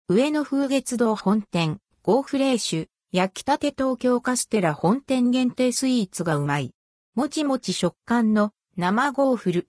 上野風月堂本店、ゴーフレーシュ、焼きたて東京カステラ本店限定スイーツがうまい。もちもち食感の生ゴーフル。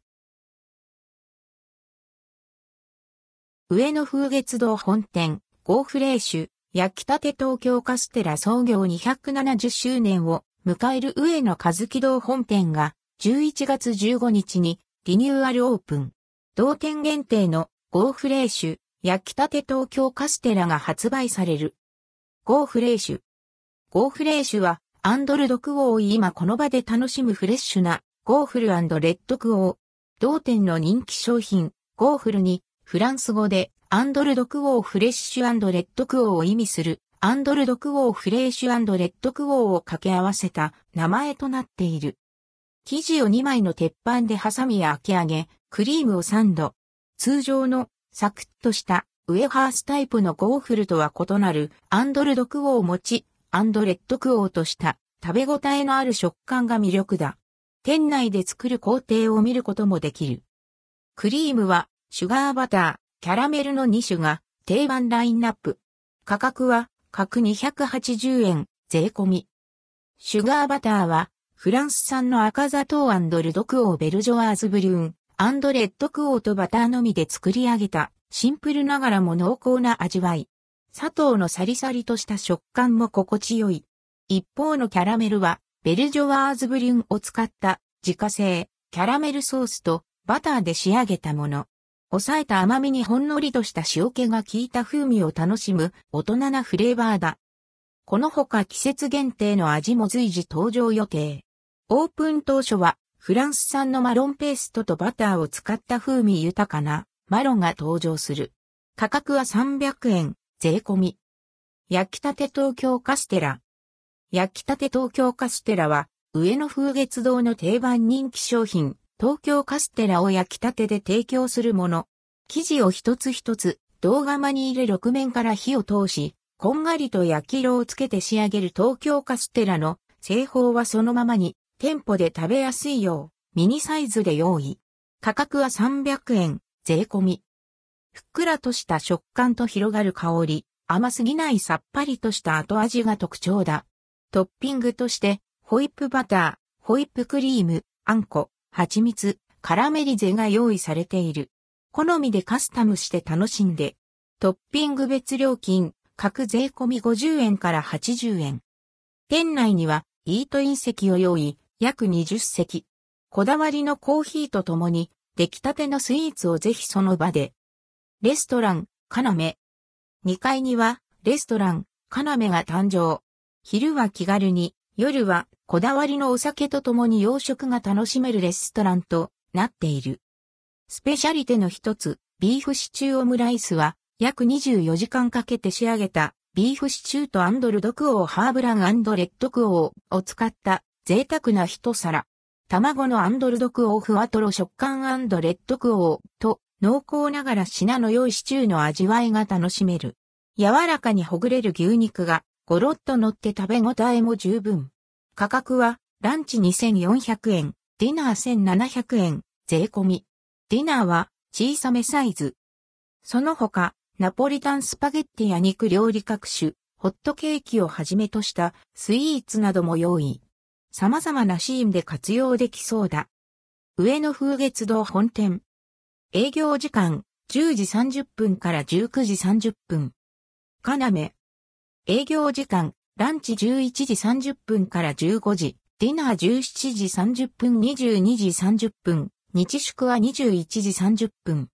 上野風月堂本店、ゴーフレーシュ、焼きたて東京カステラ創業270周年を迎える上野和樹堂本店が11月15日にリニューアルオープン。同店限定のゴーフレーシュ、焼きたて東京カステラが発売される。ゴーフレーシュ。ゴーフレーシュは、アンドルドクオーを今この場で楽しむフレッシュな、ゴーフル&レッドクオー。同店の人気商品、ゴーフルに、フランス語で、アンドルドクオーフレッシュ&レッドクオーを意味する、アンドルドクオーフレッシュ&レッドクオーを掛け合わせた名前となっている。生地を2枚の鉄板で挟み焼き上げ、クリームをサンド。通常のサクッとしたウエハースタイプのゴーフルとは異なるアンドルドクオー餅、アンドレッドクオーとした食べ応えのある食感が魅力だ。店内で作る工程を見ることもできる。クリームはシュガーバター、キャラメルの2種が定番ラインナップ。価格は各280円税込み。シュガーバターはフランス産の赤砂糖&ルドクオーベルジョワーズブリューン。アンドレッドクオーとバターのみで作り上げたシンプルながらも濃厚な味わい。砂糖のサリサリとした食感も心地よい。一方のキャラメルはベルジョワーズブリュンを使った自家製キャラメルソースとバターで仕上げたもの。抑えた甘みにほんのりとした塩気が効いた風味を楽しむ大人なフレーバーだ。この他季節限定の味も随時登場予定。オープン当初はフランス産のマロンペーストとバターを使った風味豊かなマロンが登場する。価格は300円、税込み。焼きたて東京カステラ。焼きたて東京カステラは、上野風月堂の定番人気商品、東京カステラを焼きたてで提供するもの。生地を一つ一つ、銅釜に入れ6面から火を通し、こんがりと焼き色をつけて仕上げる東京カステラの製法はそのままに、店舗で食べやすいよう、ミニサイズで用意。価格は300円、税込み。ふっくらとした食感と広がる香り、甘すぎないさっぱりとした後味が特徴だ。トッピングとして、ホイップバター、ホイップクリーム、あんこ、蜂蜜、カラメリゼが用意されている。好みでカスタムして楽しんで。トッピング別料金、各税込み50円から80円。店内には、イートイン席を用意。約20席。こだわりのコーヒーとともに、出来たてのスイーツをぜひその場で。レストラン、カナメ。2階には、レストラン、カナメが誕生。昼は気軽に、夜は、こだわりのお酒とともに洋食が楽しめるレストランとなっている。スペシャリテの一つ、ビーフシチューオムライスは、約24時間かけて仕上げた、ビーフシチューとアンドルドクオーハーブラン&レッドクオーを使った、贅沢な一皿。卵のアンドルドクオーふわとろ食感&レッドクオーと濃厚ながら品の良いシチューの味わいが楽しめる。柔らかにほぐれる牛肉がゴロッと乗って食べ応えも十分。価格はランチ2400円、ディナー1700円、税込み。ディナーは小さめサイズ。その他、ナポリタンスパゲッティや肉料理各種、ホットケーキをはじめとしたスイーツなども用意。様々なシーンで活用できそうだ。上野風月堂本店。営業時間10時30分から19時30分。カナメ。営業時間ランチ11時30分から15時。ディナー17時30分22時30分。日祝は21時30分。